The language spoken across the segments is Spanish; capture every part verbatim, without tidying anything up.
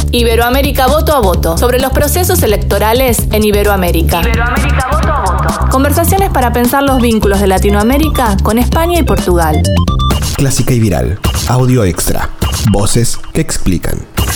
Iberoamérica voto a voto, sobre los procesos electorales en Iberoamérica. Iberoamérica voto a voto. Conversaciones para pensar los vínculos de Latinoamérica con España y Portugal. Clásica y viral. Audio extra. Voces que explican.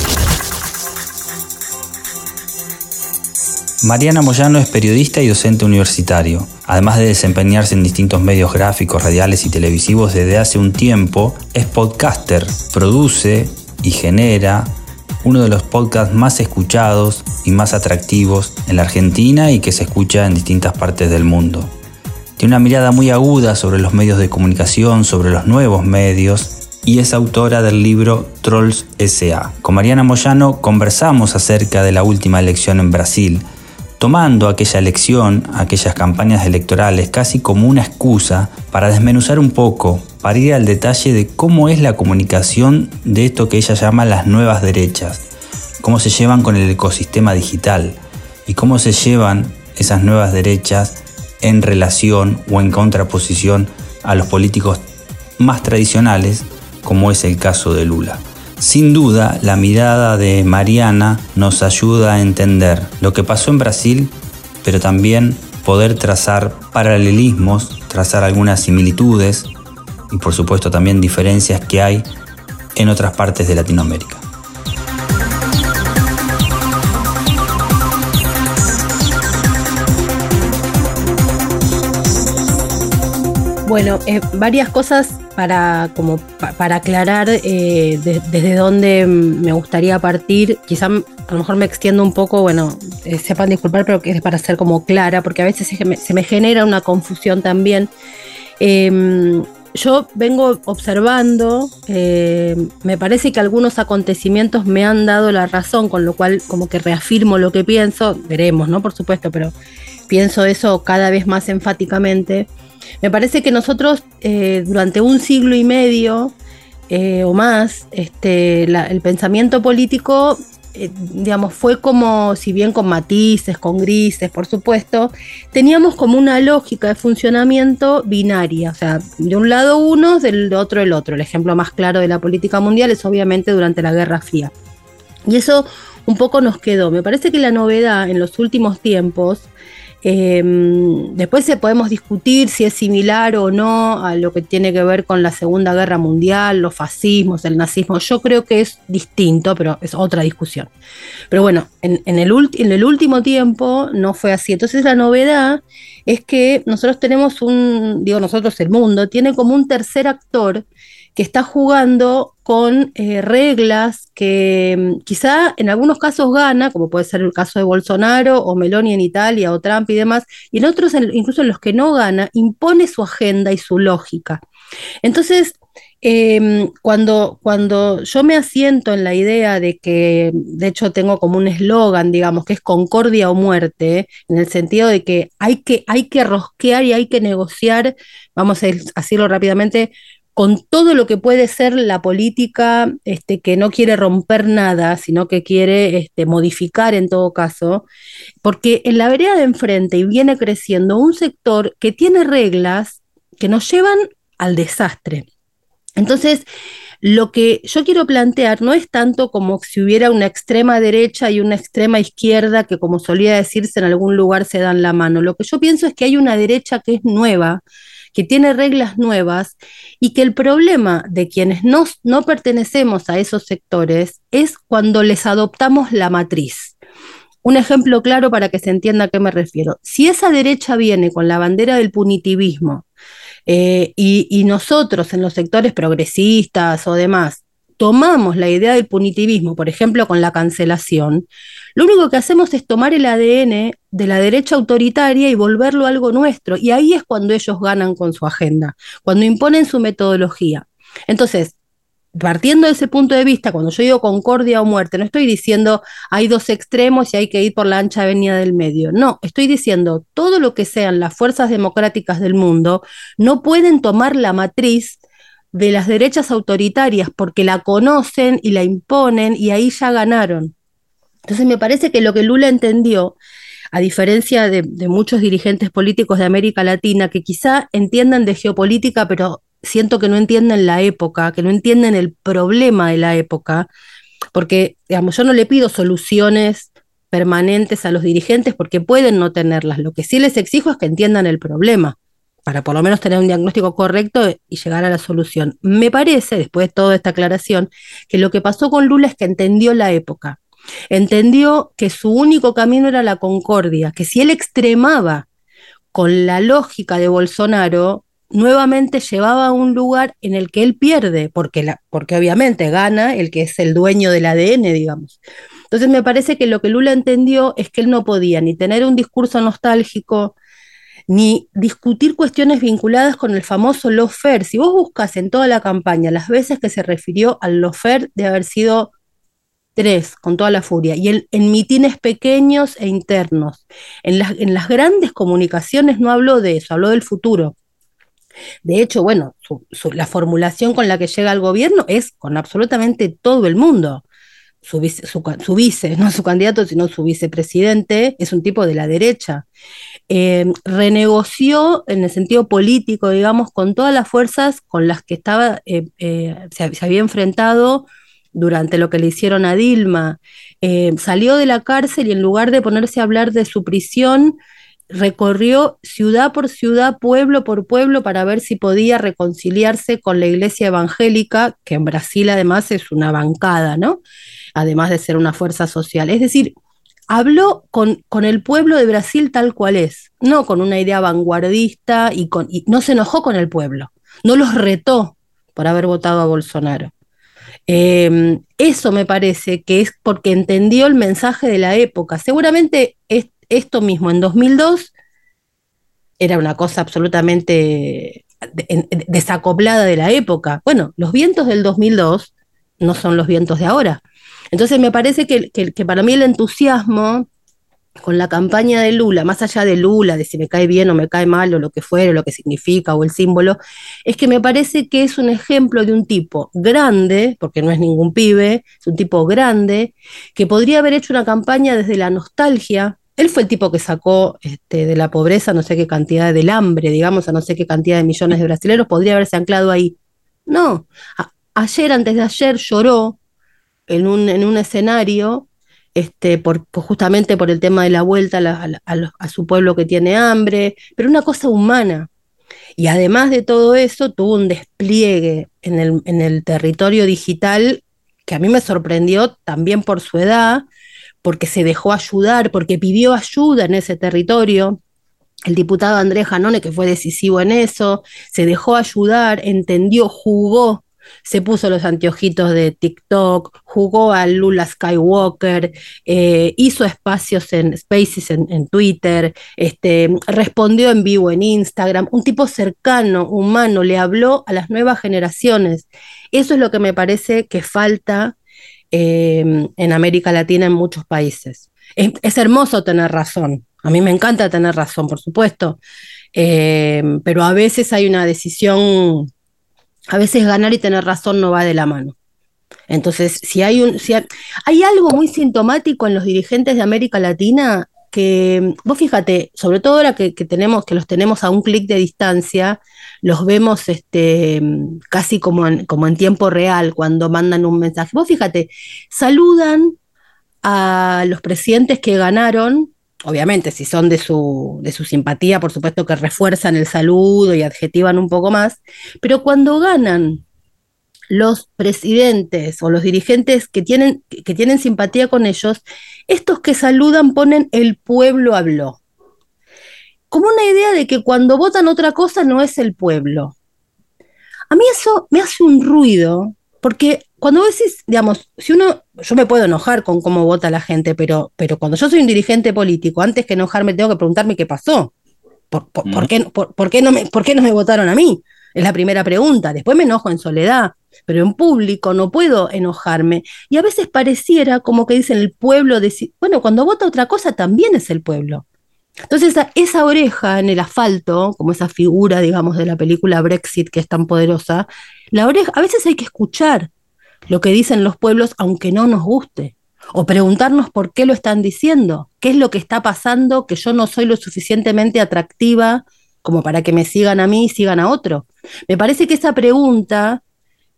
Mariana Moyano es periodista y docente universitario. Además de desempeñarse en distintos medios gráficos, radiales y televisivos desde hace un tiempo, es podcaster, produce y genera uno de los podcasts más escuchados y más atractivos en la Argentina y que se escucha en distintas partes del mundo. Tiene una mirada muy aguda sobre los medios de comunicación, sobre los nuevos medios, y es autora del libro Trolls ese a. Con Mariana Moyano conversamos acerca de la última elección en Brasil, tomando aquella elección, aquellas campañas electorales casi como una excusa para desmenuzar un poco, para ir al detalle de cómo es la comunicación de esto que ella llama las nuevas derechas, cómo se llevan con el ecosistema digital y cómo se llevan esas nuevas derechas en relación o en contraposición a los políticos más tradicionales, como es el caso de Lula. Sin duda, la mirada de Mariana nos ayuda a entender lo que pasó en Brasil, pero también poder trazar paralelismos, trazar algunas similitudes y por supuesto también diferencias que hay en otras partes de Latinoamérica. Bueno, eh, varias cosas para, como, pa, para aclarar eh, de, desde dónde me gustaría partir. Quizá a lo mejor me extiendo un poco, bueno, eh, sepan disculpar, pero que es para ser como clara, porque a veces se me, se me genera una confusión también. Eh, yo vengo observando, eh, me parece que algunos acontecimientos me han dado la razón, con lo cual como que reafirmo lo que pienso, veremos, ¿no? Por supuesto, pero pienso eso cada vez más enfáticamente. Me parece que nosotros eh, durante un siglo y medio eh, o más, este, la, el pensamiento político, eh, digamos, fue como, si bien con matices, con grises, por supuesto, teníamos como una lógica de funcionamiento binaria, o sea, de un lado uno, del otro el otro. El ejemplo más claro de la política mundial es obviamente durante la Guerra Fría. Y eso un poco nos quedó. Me parece que la novedad en los últimos tiempos, Eh, después se podemos discutir si es similar o no a lo que tiene que ver con la Segunda Guerra Mundial, los fascismos, el nazismo. Yo creo que es distinto, pero es otra discusión. Pero bueno, en, en, el, en el último tiempo no fue así. Entonces la novedad es que nosotros tenemos un, digo nosotros, el mundo, tiene como un tercer actor que está jugando con eh, reglas que quizá en algunos casos gana, como puede ser el caso de Bolsonaro o Meloni en Italia o Trump y demás, y en otros, incluso en los que no gana, impone su agenda y su lógica. Entonces, eh, cuando, cuando yo me asiento en la idea de que, de hecho tengo como un eslogan, digamos, que es concordia o muerte, en el sentido de que hay que, hay que rosquear y hay que negociar, vamos a decirlo rápidamente, con todo lo que puede ser la política este, que no quiere romper nada, sino que quiere este, modificar en todo caso, porque en la vereda de enfrente y viene creciendo un sector que tiene reglas que nos llevan al desastre. Entonces, lo que yo quiero plantear no es tanto como si hubiera una extrema derecha y una extrema izquierda que, como solía decirse, en algún lugar se dan la mano. Lo que yo pienso es que hay una derecha que es nueva, que tiene reglas nuevas y que el problema de quienes no, no pertenecemos a esos sectores es cuando les adoptamos la matriz. Un ejemplo claro para que se entienda a qué me refiero. Si esa derecha viene con la bandera del punitivismo eh, y, y nosotros en los sectores progresistas o demás tomamos la idea del punitivismo, por ejemplo con la cancelación, lo único que hacemos es tomar el A D N de la derecha autoritaria y volverlo algo nuestro, y ahí es cuando ellos ganan con su agenda, cuando imponen su metodología. Entonces, partiendo de ese punto de vista, cuando yo digo concordia o muerte, no estoy diciendo hay dos extremos y hay que ir por la ancha avenida del medio, no, estoy diciendo todo lo que sean las fuerzas democráticas del mundo no pueden tomar la matriz de las derechas autoritarias porque la conocen y la imponen y ahí ya ganaron. Entonces me parece que lo que Lula entendió, a diferencia de, de muchos dirigentes políticos de América Latina que quizá entiendan de geopolítica, pero siento que no entienden la época, que no entienden el problema de la época, porque, digamos, yo no le pido soluciones permanentes a los dirigentes porque pueden no tenerlas. Lo que sí les exijo es que entiendan el problema, para por lo menos tener un diagnóstico correcto y llegar a la solución. Me parece, después de toda esta aclaración, que lo que pasó con Lula es que entendió la época, entendió que su único camino era la concordia, que si él extremaba con la lógica de Bolsonaro, nuevamente llevaba a un lugar en el que él pierde, porque, la, porque obviamente gana el que es el dueño del A D N, digamos. Entonces me parece que lo que Lula entendió es que él no podía ni tener un discurso nostálgico, ni discutir cuestiones vinculadas con el famoso lawfare. Si vos buscas en toda la campaña las veces que se refirió al lawfare, de haber sido tres, con toda la furia, y en, en mitines pequeños e internos. En las, en las grandes comunicaciones no habló de eso, habló del futuro. De hecho, bueno, su, su, la formulación con la que llega al gobierno es con absolutamente todo el mundo. Su vice, su, su vice, no su candidato, sino su vicepresidente, es un tipo de la derecha. Eh, renegoció en el sentido político, digamos, con todas las fuerzas con las que estaba, eh, eh, se, se había enfrentado durante lo que le hicieron a Dilma. Eh, salió de la cárcel y en lugar de ponerse a hablar de su prisión, recorrió ciudad por ciudad, pueblo por pueblo, para ver si podía reconciliarse con la iglesia evangélica, que en Brasil además es una bancada, ¿no? Además de ser una fuerza social. Es decir, habló con, con el pueblo de Brasil tal cual es, no con una idea vanguardista, y, con, y no se enojó con el pueblo, no los retó por haber votado a Bolsonaro. Eh, eso me parece que es porque entendió el mensaje de la época. Seguramente es, esto mismo en dos mil dos era una cosa absolutamente de, de, desacoplada de la época. Bueno, los vientos del dos mil dos no son los vientos de ahora. Entonces me parece que, que, que para mí el entusiasmo con la campaña de Lula, más allá de Lula, de si me cae bien o me cae mal o lo que fuere, lo que significa o el símbolo, es que me parece que es un ejemplo de un tipo grande, porque no es ningún pibe, es un tipo grande, que podría haber hecho una campaña desde la nostalgia. Él fue el tipo que sacó este, de la pobreza no sé qué cantidad, del hambre, digamos, a no sé qué cantidad de millones de brasileños, podría haberse anclado ahí. No, a, ayer, antes de ayer, lloró en un, en un escenario, Este, por, por justamente por el tema de la vuelta a, la, a, a, a su pueblo que tiene hambre, pero una cosa humana. Y además de todo eso, tuvo un despliegue en el, en el territorio digital que a mí me sorprendió también por su edad, porque se dejó ayudar, porque pidió ayuda en ese territorio. El diputado Andrés Janone, que fue decisivo en eso, se dejó ayudar, entendió, jugó. Se puso los anteojitos de TikTok, jugó a Lula Skywalker, eh, hizo espacios en Spaces en, en Twitter, este, respondió en vivo en Instagram, un tipo cercano, humano, le habló a las nuevas generaciones. Eso es lo que me parece que falta eh, en América Latina en muchos países. Es, es hermoso tener razón, a mí me encanta tener razón, por supuesto, eh, pero a veces hay una decisión. A veces ganar y tener razón no va de la mano. Entonces, si hay un, si hay, hay algo muy sintomático en los dirigentes de América Latina que, vos fíjate, sobre todo ahora que, que tenemos, que los tenemos a un clic de distancia, los vemos este, casi como en, como en tiempo real cuando mandan un mensaje. Vos fíjate, saludan a los presidentes que ganaron. Obviamente, si son de su, de su simpatía, por supuesto que refuerzan el saludo y adjetivan un poco más, pero cuando ganan los presidentes o los dirigentes que tienen, que tienen simpatía con ellos, estos que saludan ponen "el pueblo habló", como una idea de que cuando votan otra cosa no es el pueblo. A mí eso me hace un ruido, porque cuando vos decís, digamos, si uno, yo me puedo enojar con cómo vota la gente, pero, pero cuando yo soy un dirigente político, antes que enojarme tengo que preguntarme qué pasó. ¿Por, por, mm. ¿por, qué, por, por, qué no me, ¿Por qué no me votaron a mí? Es la primera pregunta. Después me enojo en soledad, pero en público no puedo enojarme. Y a veces pareciera como que dicen el pueblo, deci- bueno, cuando vota otra cosa también es el pueblo. Entonces esa, esa oreja en el asfalto, como esa figura, digamos, de la película Brexit que es tan poderosa, la oreja, a veces hay que escuchar lo que dicen los pueblos aunque no nos guste, o preguntarnos por qué lo están diciendo, qué es lo que está pasando, que yo no soy lo suficientemente atractiva como para que me sigan a mí y sigan a otro. Me parece que esa pregunta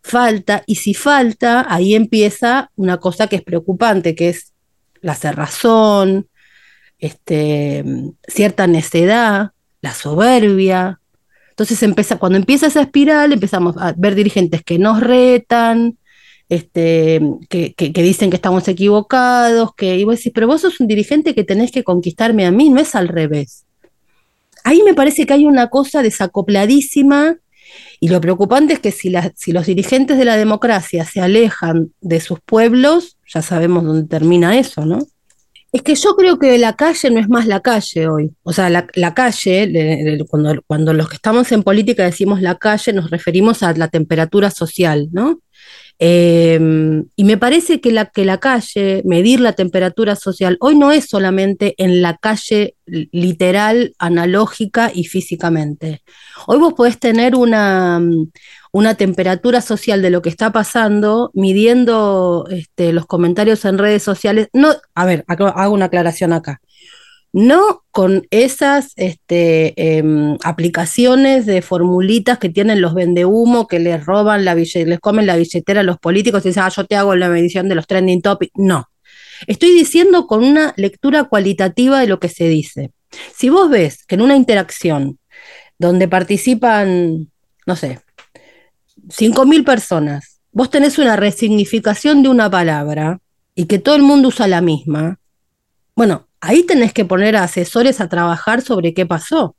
falta, y si falta, ahí empieza una cosa que es preocupante, que es la cerrazón, este, cierta necedad, la soberbia. Entonces empieza, cuando empieza esa espiral, empezamos a ver dirigentes que nos retan, este, que, que, que dicen que estamos equivocados, que, y vos decís, pero vos sos un dirigente que tenés que conquistarme a mí, no es al revés. Ahí me parece que hay una cosa desacopladísima, y lo preocupante es que si, la, si los dirigentes de la democracia se alejan de sus pueblos, ya sabemos dónde termina eso, ¿no? Es que yo creo que la calle no es más la calle hoy. O sea, la, la calle, le, le, cuando, cuando los que estamos en política decimos la calle, nos referimos a la temperatura social, ¿no? Eh, y me parece que la, que la calle, medir la temperatura social, hoy no es solamente en la calle literal, analógica y físicamente. Hoy vos podés tener una, una temperatura social de lo que está pasando, midiendo este, los comentarios en redes sociales. No, a ver, hago una aclaración acá. No con esas este, eh, aplicaciones de formulitas que tienen los vendehumo, que les roban la billetera, les comen la billetera a los políticos y dicen, ah, yo te hago la medición de los trending topics. No. Estoy diciendo con una lectura cualitativa de lo que se dice. Si vos ves que en una interacción donde participan, no sé, cinco mil personas, vos tenés una resignificación de una palabra y que todo el mundo usa la misma, bueno, ahí tenés que poner a asesores a trabajar sobre qué pasó.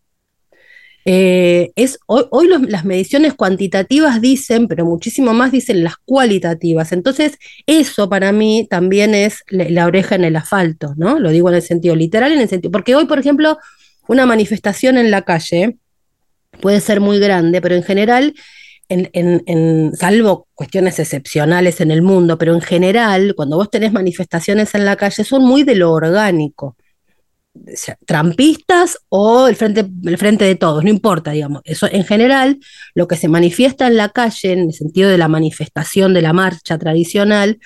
Eh, es, hoy hoy los, las mediciones cuantitativas dicen, pero muchísimo más dicen las cualitativas. Entonces, eso para mí también es la, la oreja en el asfalto, ¿no? Lo digo en el sentido literal, en el sentido. Porque hoy, por ejemplo, una manifestación en la calle puede ser muy grande, pero en general. En, en, en, salvo cuestiones excepcionales en el mundo, pero en general, cuando vos tenés manifestaciones en la calle, son muy de lo orgánico. O sea, trampistas o el frente, el frente de todos, no importa, digamos. Eso, en general, lo que se manifiesta en la calle, en el sentido de la manifestación de la marcha tradicional,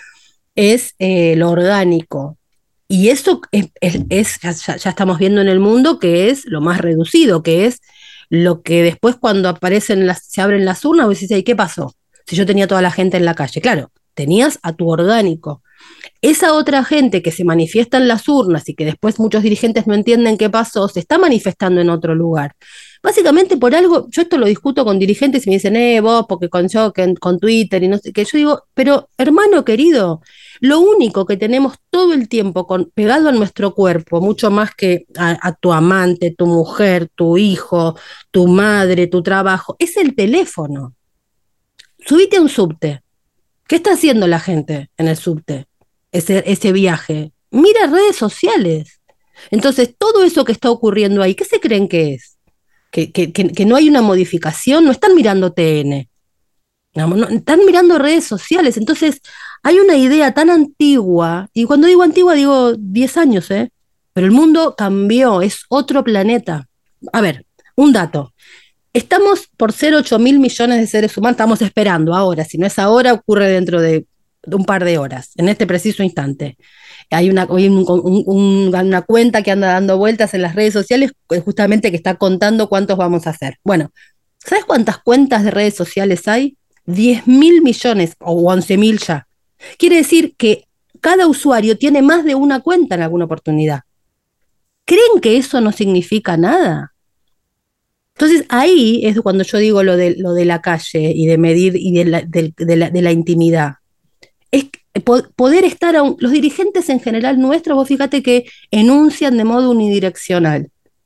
es eh, lo orgánico. Y eso es, es, es ya, ya estamos viendo en el mundo que es lo más reducido, que es lo que después cuando aparecen las, se abren las urnas, vos decís, ¿qué pasó? Si yo tenía toda la gente en la calle. Claro, tenías a tu orgánico. Esa otra gente que se manifiesta en las urnas y que después muchos dirigentes no entienden qué pasó, se está manifestando en otro lugar. Básicamente por algo, yo esto lo discuto con dirigentes y me dicen, eh, vos, porque con yo, que con Twitter y no sé qué. Yo digo, pero hermano querido, lo único que tenemos todo el tiempo con, pegado a nuestro cuerpo, mucho más que a, a tu amante, tu mujer, tu hijo, tu madre, tu trabajo, es el teléfono. Subite a un subte. ¿Qué está haciendo la gente en el subte? Ese, ese viaje. Mira redes sociales. Entonces, todo eso que está ocurriendo ahí, ¿qué se creen que es? Que, que, que, que no hay una modificación, no están mirando T N, no, no, están mirando redes sociales. Entonces hay una idea tan antigua, y cuando digo antigua digo diez años, ¿eh? Pero el mundo cambió, es otro planeta. A ver, un dato, estamos por ser ocho mil millones de seres humanos, estamos esperando ahora, si no es ahora ocurre dentro de, de un par de horas, en este preciso instante. Hay una, hay un, un, un, una cuenta que anda dando vueltas en las redes sociales justamente que está contando cuántos vamos a hacer. Bueno, ¿sabes cuántas cuentas de redes sociales hay? diez mil millones o once mil ya. Quiere decir que cada usuario tiene más de una cuenta en alguna oportunidad. ¿Creen que eso no significa nada? Entonces ahí es cuando yo digo lo de, lo de la calle y de medir y de la, de, de la, de la intimidad. Es poder estar, a un, los dirigentes en general nuestros, vos fíjate que enuncian de modo unidireccional.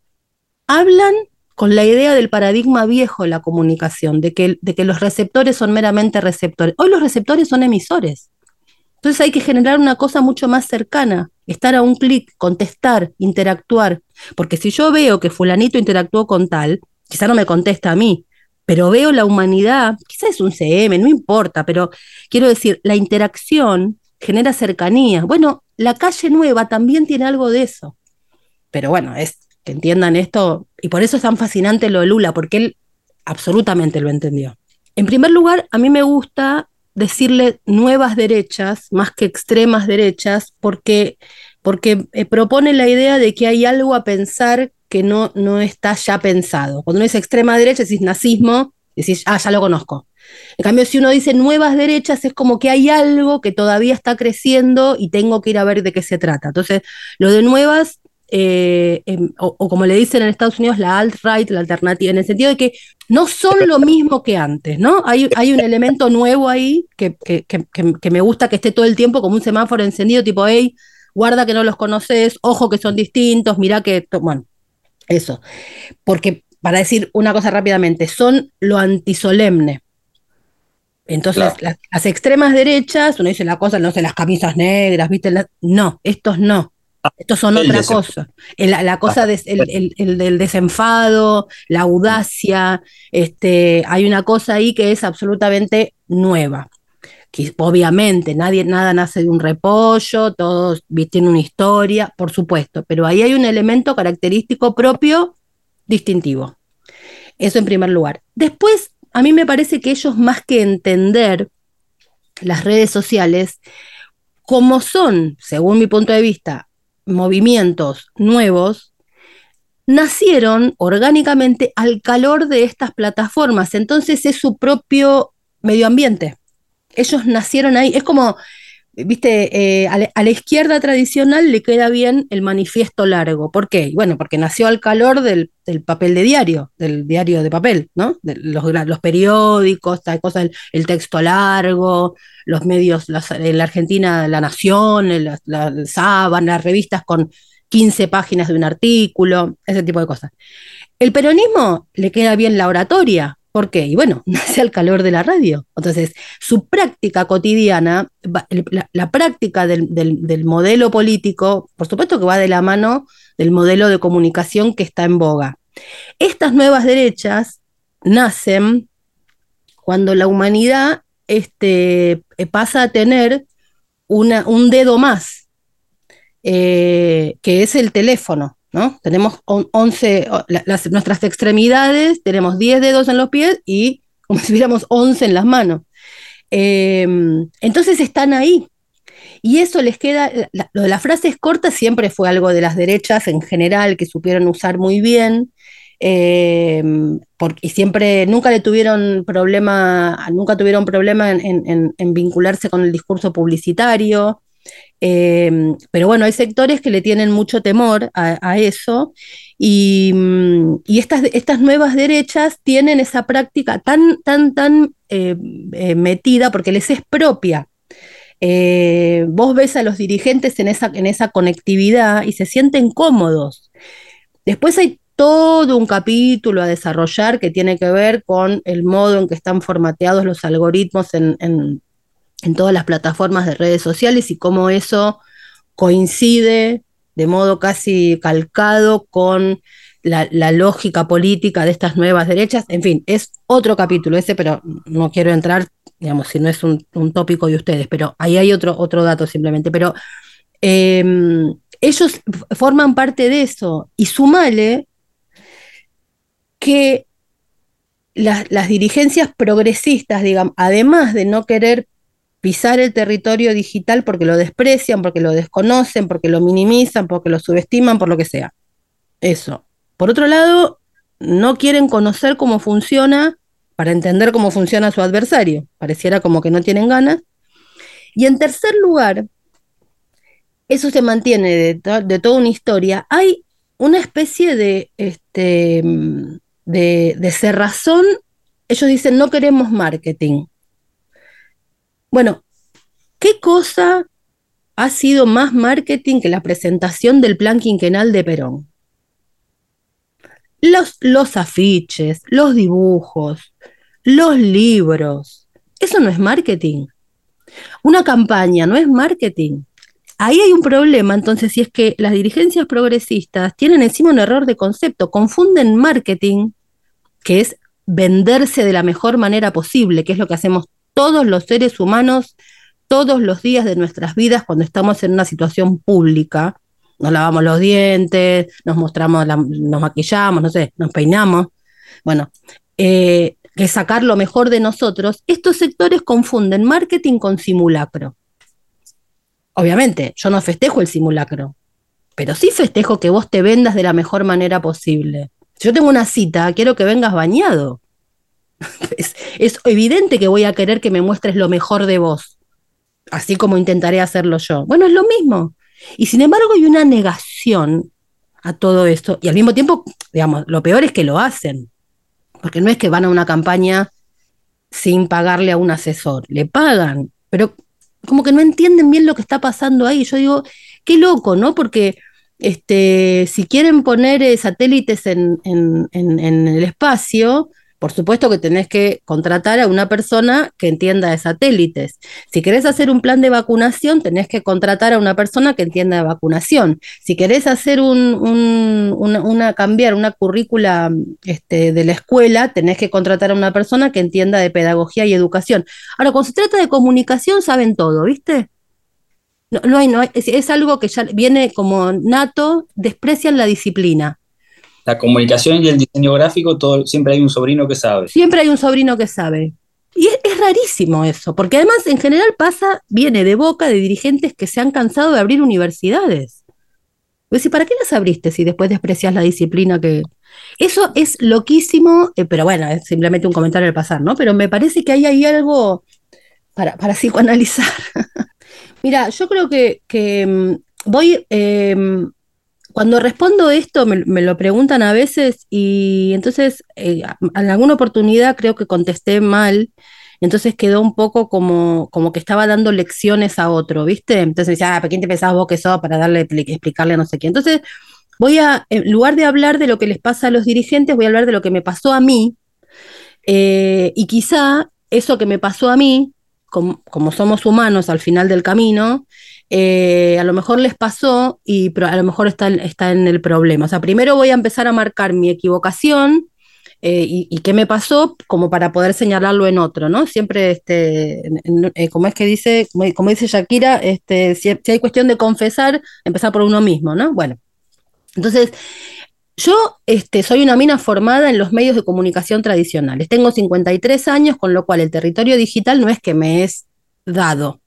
Hablan con la idea del paradigma viejo de la comunicación, de que, de que los receptores son meramente receptores. Hoy los receptores son emisores. Entonces hay que generar una cosa mucho más cercana, estar a un clic, contestar, interactuar. Porque si yo veo que fulanito interactuó con tal, quizá no me contesta a mí, pero veo la humanidad, quizás es un C M, no importa, pero quiero decir, la interacción genera cercanía. Bueno, la calle nueva también tiene algo de eso. Pero bueno, es que entiendan esto, y por eso es tan fascinante lo de Lula, porque él absolutamente lo entendió. En primer lugar, a mí me gusta decirle nuevas derechas, más que extremas derechas, porque, porque eh, propone la idea de que hay algo a pensar que no, no está ya pensado. Cuando uno dice extrema derecha, decís nazismo, decís, ah, ya lo conozco. En cambio, si uno dice nuevas derechas, es como que hay algo que todavía está creciendo y tengo que ir a ver de qué se trata. Entonces, lo de nuevas, eh, eh, o, o como le dicen en Estados Unidos, la alt-right, la alternativa, en el sentido de que no son lo mismo que antes, ¿no? Hay, hay un elemento nuevo ahí que, que, que, que me gusta que esté todo el tiempo como un semáforo encendido, tipo, hey, guarda que no los conoces, ojo que son distintos, mirá que, bueno, eso. Porque, para decir una cosa rápidamente, son lo antisolemne. Entonces, claro. las, las extremas derechas, uno dice la cosa, no sé, las camisas negras, ¿viste? La, no, estos no. Estos son el otra cosa. El, la cosa ah, des, el, el, el del desenfado, la audacia, este, hay una cosa ahí que es absolutamente nueva. Que obviamente nadie, nada nace de un repollo, todos tienen una historia, por supuesto, pero ahí hay un elemento característico propio, distintivo. Eso en primer lugar. Después, a mí me parece que ellos, más que entender las redes sociales, como son, según mi punto de vista, movimientos nuevos, nacieron orgánicamente al calor de estas plataformas. Entonces es su propio medio ambiente. Ellos nacieron ahí. Es como, viste, eh, a, la, a la izquierda tradicional le queda bien el manifiesto largo. ¿Por qué? Bueno, porque nació al calor del, del papel de diario, del diario de papel, ¿no? De los, los periódicos, tal cosa, el, el texto largo, los medios, las, en la Argentina, La Nación, la, la, el Sábana, las revistas con quince páginas de un artículo, ese tipo de cosas. El peronismo le queda bien la oratoria. ¿Por qué? Y bueno, nace al calor de la radio. Entonces, su práctica cotidiana, la, la práctica del, del, del modelo político, por supuesto que va de la mano del modelo de comunicación que está en boga. Estas nuevas derechas nacen cuando la humanidad este, pasa a tener una, un dedo más, eh, que es el teléfono. ¿No? Tenemos once, las, nuestras extremidades, tenemos diez dedos en los pies y como si tuviéramos once en las manos. Eh, entonces están ahí. Y eso les queda, la, lo de las frases cortas siempre fue algo de las derechas en general, que supieron usar muy bien, eh, porque, y siempre, nunca le tuvieron problema, nunca tuvieron problema en, en, en vincularse con el discurso publicitario. Eh, pero bueno, hay sectores que le tienen mucho temor a, a eso y, y estas, estas nuevas derechas tienen esa práctica tan, tan, tan eh, eh, metida porque les es propia. Eh, vos ves a los dirigentes en esa, en esa conectividad y se sienten cómodos. Después hay todo un capítulo a desarrollar que tiene que ver con el modo en que están formateados los algoritmos en, en en todas las plataformas de redes sociales y cómo eso coincide de modo casi calcado con la, la lógica política de estas nuevas derechas. En fin, es otro capítulo ese, pero no quiero entrar, digamos, si no es un, un tópico de ustedes, pero ahí hay otro, otro dato simplemente. Pero eh, ellos forman parte de eso y sumale que las, las dirigencias progresistas, digamos, además de no querer pisar el territorio digital porque lo desprecian, porque lo desconocen, porque lo minimizan, porque lo subestiman, por lo que sea. Eso. Por otro lado, no quieren conocer cómo funciona para entender cómo funciona su adversario. Pareciera como que no tienen ganas. Y en tercer lugar, eso se mantiene de, to- de toda una historia. Hay una especie de, este, de, de cerrazón. Ellos dicen, no queremos marketing. Bueno, ¿qué cosa ha sido más marketing que la presentación del plan quinquenal de Perón? Los, los afiches, los dibujos, los libros. Eso no es marketing. Una campaña no es marketing. Ahí hay un problema, entonces, si es que las dirigencias progresistas tienen encima un error de concepto, confunden marketing, que es venderse de la mejor manera posible, que es lo que hacemos todos los seres humanos todos los días de nuestras vidas cuando estamos en una situación pública. Nos lavamos los dientes, nos mostramos, la, nos maquillamos, no sé, nos peinamos. Bueno, eh, que sacar lo mejor de nosotros. Estos sectores confunden marketing con simulacro. Obviamente, yo no festejo el simulacro, pero sí festejo que vos te vendas de la mejor manera posible. Si yo tengo una cita, quiero que vengas bañado. Es, es evidente que voy a querer que me muestres lo mejor de vos, así como intentaré hacerlo yo. Bueno, es lo mismo. Y sin embargo hay una negación a todo esto. Y al mismo tiempo, digamos, lo peor es que lo hacen. Porque no es que van a una campaña sin pagarle a un asesor, le pagan, pero como que no entienden bien lo que está pasando ahí. Yo digo, qué loco, ¿no? Porque este, si quieren poner eh, satélites en, en, en, en el espacio, por supuesto que tenés que contratar a una persona que entienda de satélites. Si querés hacer un plan de vacunación, tenés que contratar a una persona que entienda de vacunación. Si querés hacer un, un, una, una, cambiar una currícula este, de la escuela, tenés que contratar a una persona que entienda de pedagogía y educación. Ahora, cuando se trata de comunicación, saben todo, ¿viste? No, no hay, no hay, es, es algo que ya viene como nato, desprecian la disciplina. La comunicación y el diseño gráfico, todo, siempre hay un sobrino que sabe. Siempre hay un sobrino que sabe. Y es, es rarísimo eso, porque además en general pasa, viene de boca de dirigentes que se han cansado de abrir universidades. Es decir, ¿para qué las abriste si después desprecias la disciplina que...? Eso es loquísimo, eh, pero bueno, es simplemente un comentario al pasar, ¿no? Pero me parece que ahí hay algo para, para psicoanalizar. Mira, yo creo que, que voy... Eh, Cuando respondo esto, me, me lo preguntan a veces y entonces eh, en alguna oportunidad creo que contesté mal, entonces quedó un poco como, como que estaba dando lecciones a otro, ¿viste? Entonces me decía, ah, ¿pero quién te pensabas vos que sos para darle, explicarle a no sé quién? Entonces voy a, en lugar de hablar de lo que les pasa a los dirigentes, voy a hablar de lo que me pasó a mí eh, y quizá eso que me pasó a mí, como, como somos humanos al final del camino, Eh, a lo mejor les pasó y a lo mejor está, está en el problema. O sea, primero voy a empezar a marcar mi equivocación eh, y, y qué me pasó como para poder señalarlo en otro, ¿no? Siempre, este, eh, como es que dice, como, como dice Shakira, este, si, si hay cuestión de confesar, empezar por uno mismo, ¿no? Bueno, entonces... Yo este, soy una mina formada en los medios de comunicación tradicionales. Tengo cincuenta y tres años, con lo cual el territorio digital no es que me es dado.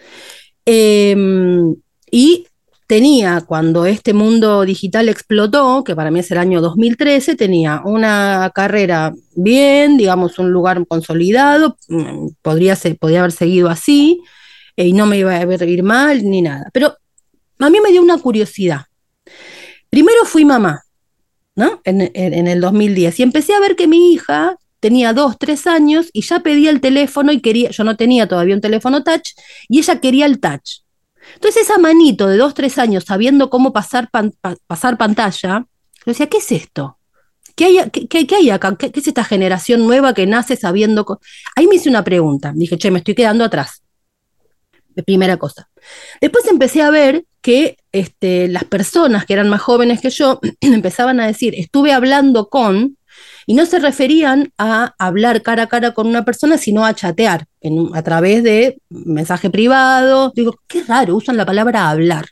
Eh, y tenía, cuando este mundo digital explotó, que para mí es el año dos mil trece, tenía una carrera bien, digamos, un lugar consolidado, podría, ser, podría haber seguido así, eh, y no me iba a ver ir mal ni nada. Pero a mí me dio una curiosidad. Primero fui mamá, ¿no? En, en, en el dos mil diez, y empecé a ver que mi hija tenía dos, tres años y ya pedía el teléfono y quería, yo no tenía todavía un teléfono touch y ella quería el touch. Entonces esa manito de dos, tres años sabiendo cómo pasar, pan, pa, pasar pantalla, yo decía, ¿qué es esto? ¿Qué hay, qué, qué, qué hay acá? ¿Qué, ¿Qué es esta generación nueva que nace sabiendo? Ahí me hice una pregunta, dije, che, me estoy quedando atrás. Primera cosa. Después empecé a ver que este, las personas que eran más jóvenes que yo empezaban a decir, estuve hablando con... Y no se referían a hablar cara a cara con una persona, sino a chatear en, a través de mensaje privado. Digo, qué raro, usan la palabra hablar.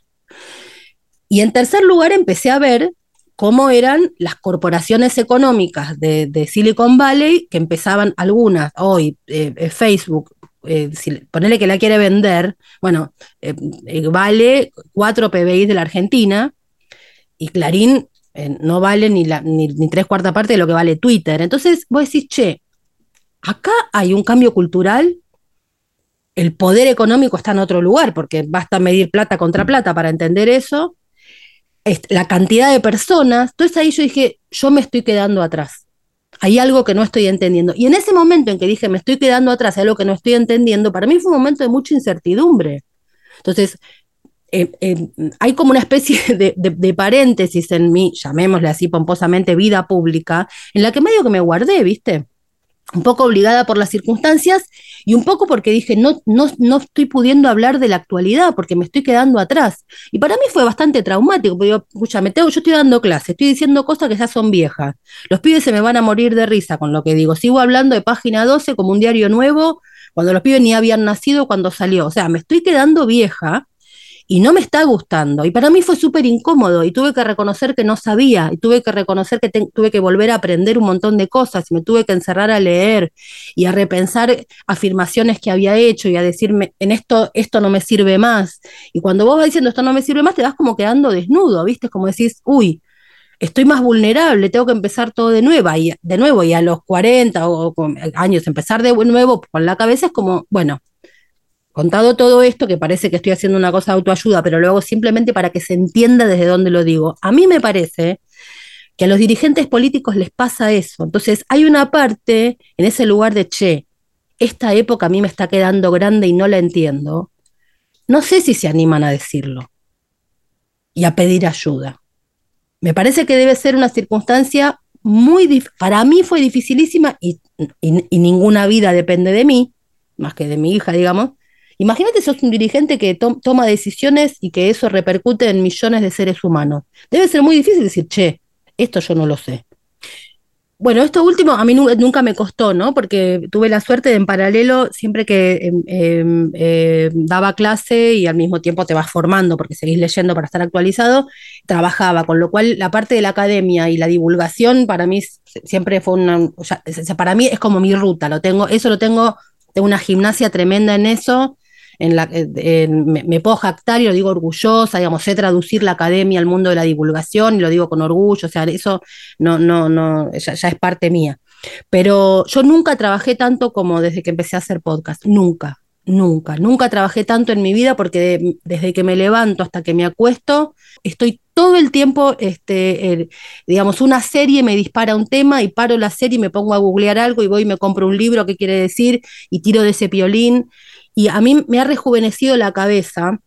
Y en tercer lugar empecé a ver cómo eran las corporaciones económicas de, de Silicon Valley, que empezaban algunas, hoy eh, Facebook, eh, si, ponele que la quiere vender, bueno, eh, eh, vale cuatro P B I de la Argentina, y Clarín Eh, no vale ni, la, ni, ni tres cuartas partes de lo que vale Twitter. Entonces vos decís, che, acá hay un cambio cultural, el poder económico está en otro lugar, porque basta medir plata contra plata para entender eso, es, la cantidad de personas. Entonces ahí yo dije, yo me estoy quedando atrás. Hay algo que no estoy entendiendo. Y en ese momento en que dije, me estoy quedando atrás, hay algo que no estoy entendiendo, para mí fue un momento de mucha incertidumbre. Entonces, Eh, eh, hay como una especie de, de, de paréntesis en mi, llamémosle así pomposamente, vida pública, en la que medio que me guardé, ¿viste? Un poco obligada por las circunstancias y un poco porque dije, no, no, no estoy pudiendo hablar de la actualidad porque me estoy quedando atrás. Y para mí fue bastante traumático, porque yo, escucha, me tengo, yo estoy dando clases, estoy diciendo cosas que ya son viejas. Los pibes se me van a morir de risa con lo que digo. Sigo hablando de Página doce como un diario nuevo, cuando los pibes ni habían nacido cuando salió. O sea, me estoy quedando vieja. Y no me está gustando. Y para mí fue súper incómodo y tuve que reconocer que no sabía y tuve que reconocer que te, tuve que volver a aprender un montón de cosas y me tuve que encerrar a leer y a repensar afirmaciones que había hecho y a decirme, en esto, esto no me sirve más. Y cuando vos vas diciendo esto no me sirve más, te vas como quedando desnudo, ¿viste? Como decís, uy, estoy más vulnerable, tengo que empezar todo de nuevo, y de nuevo, y a los cuarenta o, o años empezar de nuevo con la cabeza es como, bueno, contado todo esto, que parece que estoy haciendo una cosa de autoayuda, pero lo hago simplemente para que se entienda desde dónde lo digo. A mí me parece que a los dirigentes políticos les pasa eso. Entonces hay una parte en ese lugar de, che, esta época a mí me está quedando grande y no la entiendo. No sé si se animan a decirlo y a pedir ayuda. Me parece que debe ser una circunstancia muy, dif- para mí fue dificilísima y, y, y ninguna vida depende de mí, más que de mi hija, digamos. Imagínate, sos un dirigente que to- toma decisiones y que eso repercute en millones de seres humanos. Debe ser muy difícil decir, che, esto yo no lo sé. Bueno, esto último a mí nu- nunca me costó, ¿no? Porque tuve la suerte de en paralelo, siempre que eh, eh, eh, daba clase y al mismo tiempo te vas formando porque seguís leyendo para estar actualizado, trabajaba, con lo cual la parte de la academia y la divulgación para mí s- siempre fue una, o sea, es- para mí es como mi ruta, lo tengo, eso lo tengo, tengo una gimnasia tremenda en eso. En la, en, me, me puedo jactar y lo digo orgullosa, digamos, sé traducir la academia al mundo de la divulgación y lo digo con orgullo, o sea, eso no, no, no, ya, ya es parte mía. Pero yo nunca trabajé tanto como desde que empecé a hacer podcast, nunca, nunca, nunca trabajé tanto en mi vida porque de, desde que me levanto hasta que me acuesto, estoy todo el tiempo, este, eh, digamos, una serie me dispara un tema y paro la serie y me pongo a googlear algo y voy y me compro un libro, qué quiere decir, y tiro de ese piolín. Y a mí me ha rejuvenecido la cabeza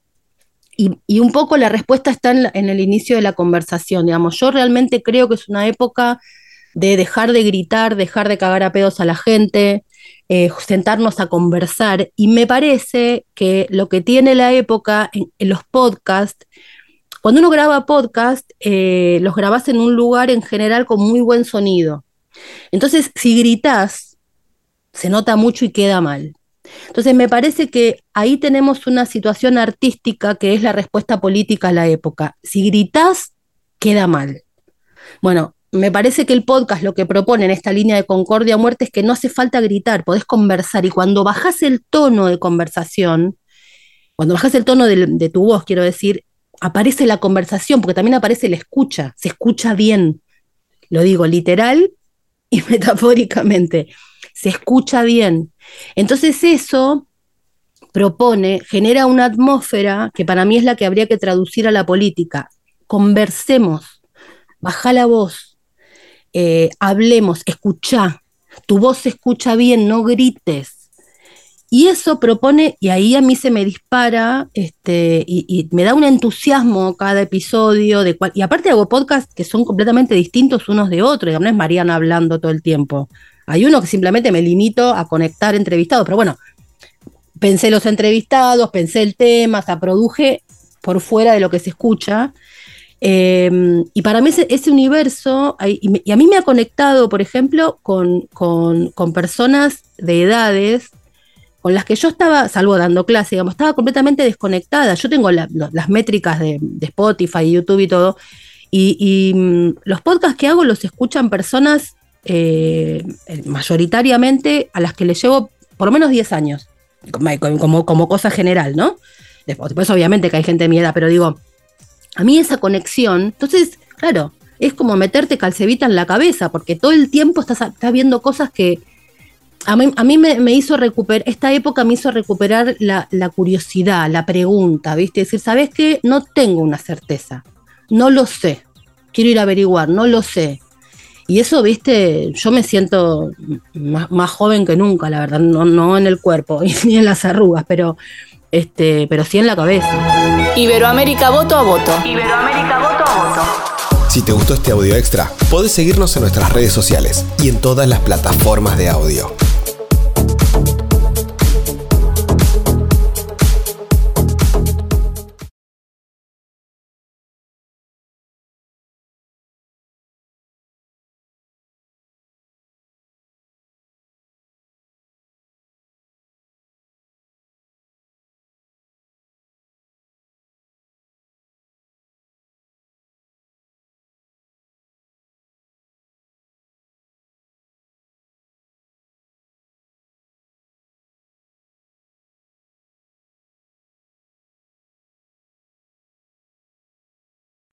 y, y un poco la respuesta está en, la, en el inicio de la conversación. Digamos, yo realmente creo que es una época de dejar de gritar, dejar de cagar a pedos a la gente, eh, sentarnos a conversar. Y me parece que lo que tiene la época en, en los podcasts, cuando uno graba podcast, eh, los grabás en un lugar en general con muy buen sonido. Entonces, si gritás, se nota mucho y queda mal. Entonces me parece que ahí tenemos una situación artística que es la respuesta política a la época. Si gritás, queda mal. Bueno, me parece que el podcast lo que propone en esta línea de concordia o muerte es que no hace falta gritar, podés conversar y cuando bajás el tono de conversación, cuando bajás el tono de, de tu voz, quiero decir, aparece la conversación, porque también aparece la escucha, se escucha bien, lo digo literal y metafóricamente, se escucha bien. Entonces eso propone, genera una atmósfera que para mí es la que habría que traducir a la política. Conversemos, bajá la voz, eh, hablemos, escuchá, tu voz se escucha bien, no grites. Y eso propone, y ahí a mí se me dispara, este, y, y me da un entusiasmo cada episodio, de cual, y aparte hago podcasts que son completamente distintos unos de otros, digamos, no es Mariana hablando todo el tiempo. Hay uno que simplemente me limito a conectar entrevistados, pero bueno, pensé los entrevistados, pensé el tema, o sea, produje por fuera de lo que se escucha. Eh, y para mí ese, ese universo, y, me, y a mí me ha conectado, por ejemplo, con, con, con personas de edades con las que yo estaba, salvo dando clase, digamos, estaba completamente desconectada. Yo tengo la, las métricas de, de Spotify, YouTube y todo, y, y los podcasts que hago los escuchan personas eh, mayoritariamente a las que les llevo por lo menos diez años, como, como, como cosa general, ¿no? Después, después obviamente que hay gente de mi edad, pero digo, a mí esa conexión, entonces, claro, es como meterte calcevita en la cabeza, porque todo el tiempo estás, estás viendo cosas que a mí, a mí me, me hizo recuperar, esta época me hizo recuperar la, la curiosidad, la pregunta, ¿viste? Decir, ¿sabes qué? No tengo una certeza, no lo sé, quiero ir a averiguar, no lo sé. Y eso, ¿viste? Yo me siento más, más joven que nunca, la verdad, no, no en el cuerpo ni en las arrugas, pero, este, pero sí en la cabeza. Iberoamérica voto a voto. Iberoamérica voto a voto. Si te gustó este audio extra, podés seguirnos en nuestras redes sociales y en todas las plataformas de audio.